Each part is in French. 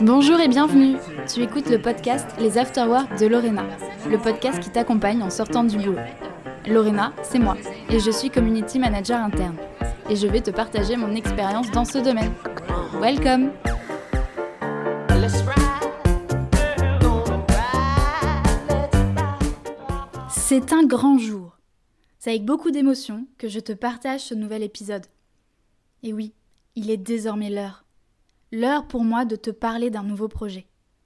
Bonjour et bienvenue. Tu écoutes le podcast Les Afterwork de Lorena, le podcast qui t'accompagne en sortant du boulot. Lorena, c'est moi, et je suis Community Manager interne. Et je vais te partager mon expérience dans ce domaine. Welcome! C'est un grand jour. C'est avec beaucoup d'émotion que je te partage ce nouvel épisode. Et oui, il est désormais l'heure. L'heure pour moi de te parler d'un nouveau projet.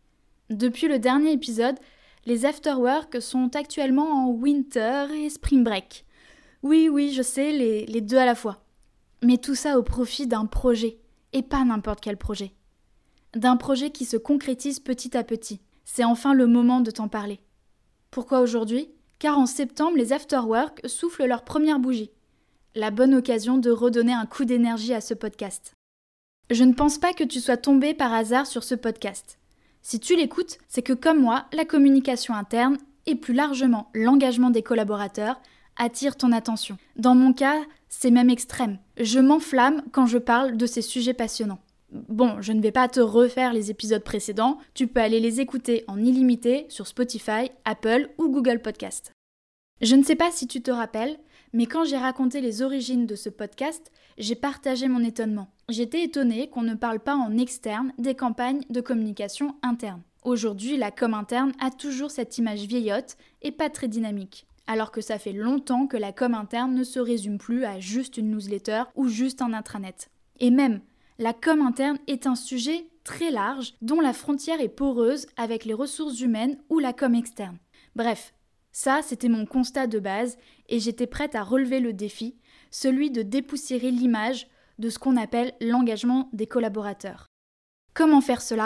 Depuis le dernier épisode, les Afterwork sont actuellement en winter et spring break. Oui, je sais, les deux à la fois. Mais tout ça au profit d'un projet, et pas n'importe quel projet. D'un projet qui se concrétise petit à petit. C'est enfin le moment de t'en parler. Pourquoi aujourd'hui ? Car en septembre, les Afterwork soufflent leur première bougie. La bonne occasion de redonner un coup d'énergie à ce podcast. Je ne pense pas que tu sois tombé par hasard sur ce podcast. Si tu l'écoutes, c'est que comme moi, la communication interne et plus largement l'engagement des collaborateurs attire ton attention. Dans mon cas, c'est même extrême. Je m'enflamme quand je parle de ces sujets passionnants. Bon, je ne vais pas te refaire les épisodes précédents, tu peux aller les écouter en illimité sur Spotify, Apple ou Google Podcast. Je ne sais pas si tu te rappelles, mais quand j'ai raconté les origines de ce podcast, j'ai partagé mon étonnement. J'étais étonnée qu'on ne parle pas en externe des campagnes de communication interne. Aujourd'hui, la com interne a toujours cette image vieillotte et pas très dynamique. Alors que ça fait longtemps que la com interne ne se résume plus à juste une newsletter ou juste un intranet. Et même, la com interne est un sujet très large dont la frontière est poreuse avec les ressources humaines ou la com externe. Bref, ça c'était mon constat de base et j'étais prête à relever le défi, celui de dépoussiérer l'image de ce qu'on appelle l'engagement des collaborateurs. Comment faire cela ?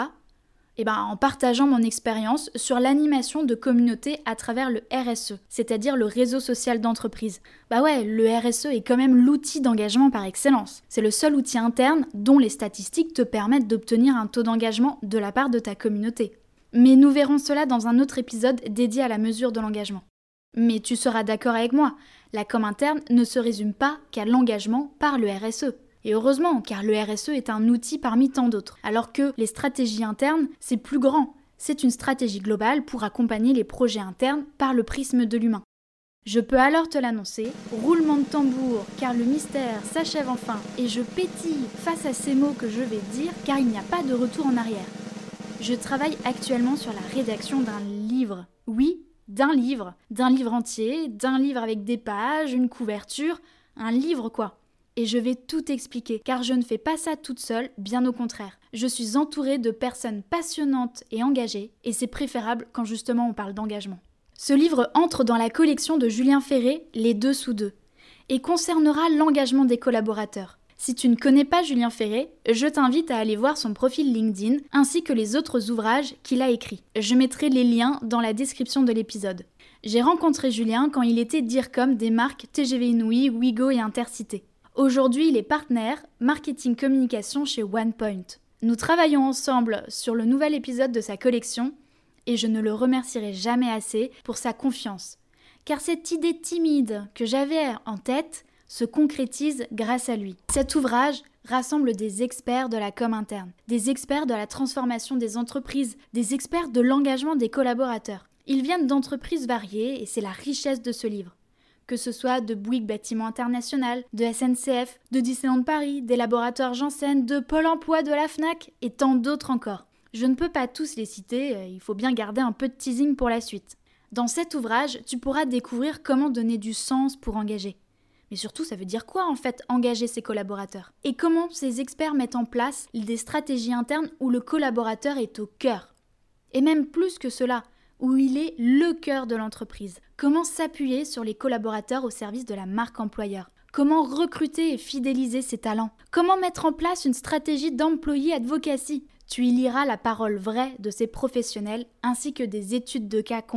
En partageant mon expérience sur l'animation de communautés à travers le RSE, c'est-à-dire le réseau social d'entreprise. Le RSE est quand même l'outil d'engagement par excellence. C'est le seul outil interne dont les statistiques te permettent d'obtenir un taux d'engagement de la part de ta communauté. Mais nous verrons cela dans un autre épisode dédié à la mesure de l'engagement. Mais tu seras d'accord avec moi, la com interne ne se résume pas qu'à l'engagement par le RSE. Et heureusement, car le RSE est un outil parmi tant d'autres. Alors que les stratégies internes, c'est plus grand. C'est une stratégie globale pour accompagner les projets internes par le prisme de l'humain. Je peux alors te l'annoncer, roulement de tambour, car le mystère s'achève enfin et je pétille face à ces mots que je vais dire, car il n'y a pas de retour en arrière. Je travaille actuellement sur la rédaction d'un livre. Oui, d'un livre entier, d'un livre avec des pages, une couverture, un livre quoi. Et je vais tout expliquer, car je ne fais pas ça toute seule, bien au contraire. Je suis entourée de personnes passionnantes et engagées, et c'est préférable quand justement on parle d'engagement. Ce livre entre dans la collection de Julien Ferré, Les 2 sous 2, et concernera l'engagement des collaborateurs. Si tu ne connais pas Julien Ferré, je t'invite à aller voir son profil LinkedIn, ainsi que les autres ouvrages qu'il a écrits. Je mettrai les liens dans la description de l'épisode. J'ai rencontré Julien quand il était DIRCOM des marques TGV Inouï, Ouigo et Intercité. Aujourd'hui, il est partenaire marketing communication chez OnePoint. Nous travaillons ensemble sur le nouvel épisode de sa collection et je ne le remercierai jamais assez pour sa confiance. Car cette idée timide que j'avais en tête se concrétise grâce à lui. Cet ouvrage rassemble des experts de la com interne, des experts de la transformation des entreprises, des experts de l'engagement des collaborateurs. Ils viennent d'entreprises variées et c'est la richesse de ce livre. Que ce soit de Bouygues Bâtiment International, de SNCF, de Disneyland Paris, des laboratoires Janssen, de Pôle Emploi, de la Fnac et tant d'autres encore. Je ne peux pas tous les citer, il faut bien garder un peu de teasing pour la suite. Dans cet ouvrage, tu pourras découvrir comment donner du sens pour engager. Mais surtout, ça veut dire quoi en fait, engager ses collaborateurs ? Et comment ces experts mettent en place des stratégies internes où le collaborateur est au cœur ? Et même plus que cela, où il est le cœur de l'entreprise. Comment s'appuyer sur les collaborateurs au service de la marque employeur ? Comment recruter et fidéliser ses talents ? Comment mettre en place une stratégie d'employee advocacy ? Tu y liras la parole vraie de ces professionnels ainsi que des études de cas concrètes.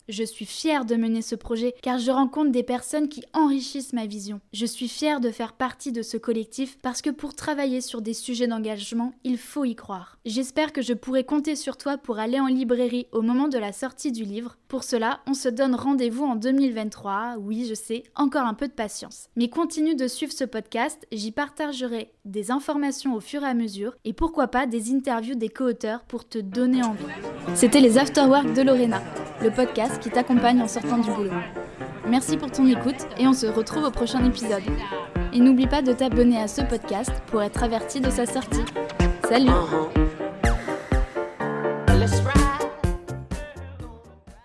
Je suis fière de mener ce projet car je rencontre des personnes qui enrichissent ma vision. Je suis fière de faire partie de ce collectif parce que pour travailler sur des sujets d'engagement, il faut y croire. J'espère que je pourrai compter sur toi pour aller en librairie au moment de la sortie du livre. Pour cela, on se donne rendez-vous en 2023. Oui, je sais, encore un peu de patience. Mais continue de suivre ce podcast, j'y partagerai des informations au fur et à mesure et pourquoi pas des interviews des co-auteurs pour te donner envie. C'était les Afterwork de Lorena, le podcast qui t'accompagne en sortant du boulot. Merci pour ton écoute et on se retrouve au prochain épisode. Et n'oublie pas de t'abonner à ce podcast pour être averti de sa sortie. Salut!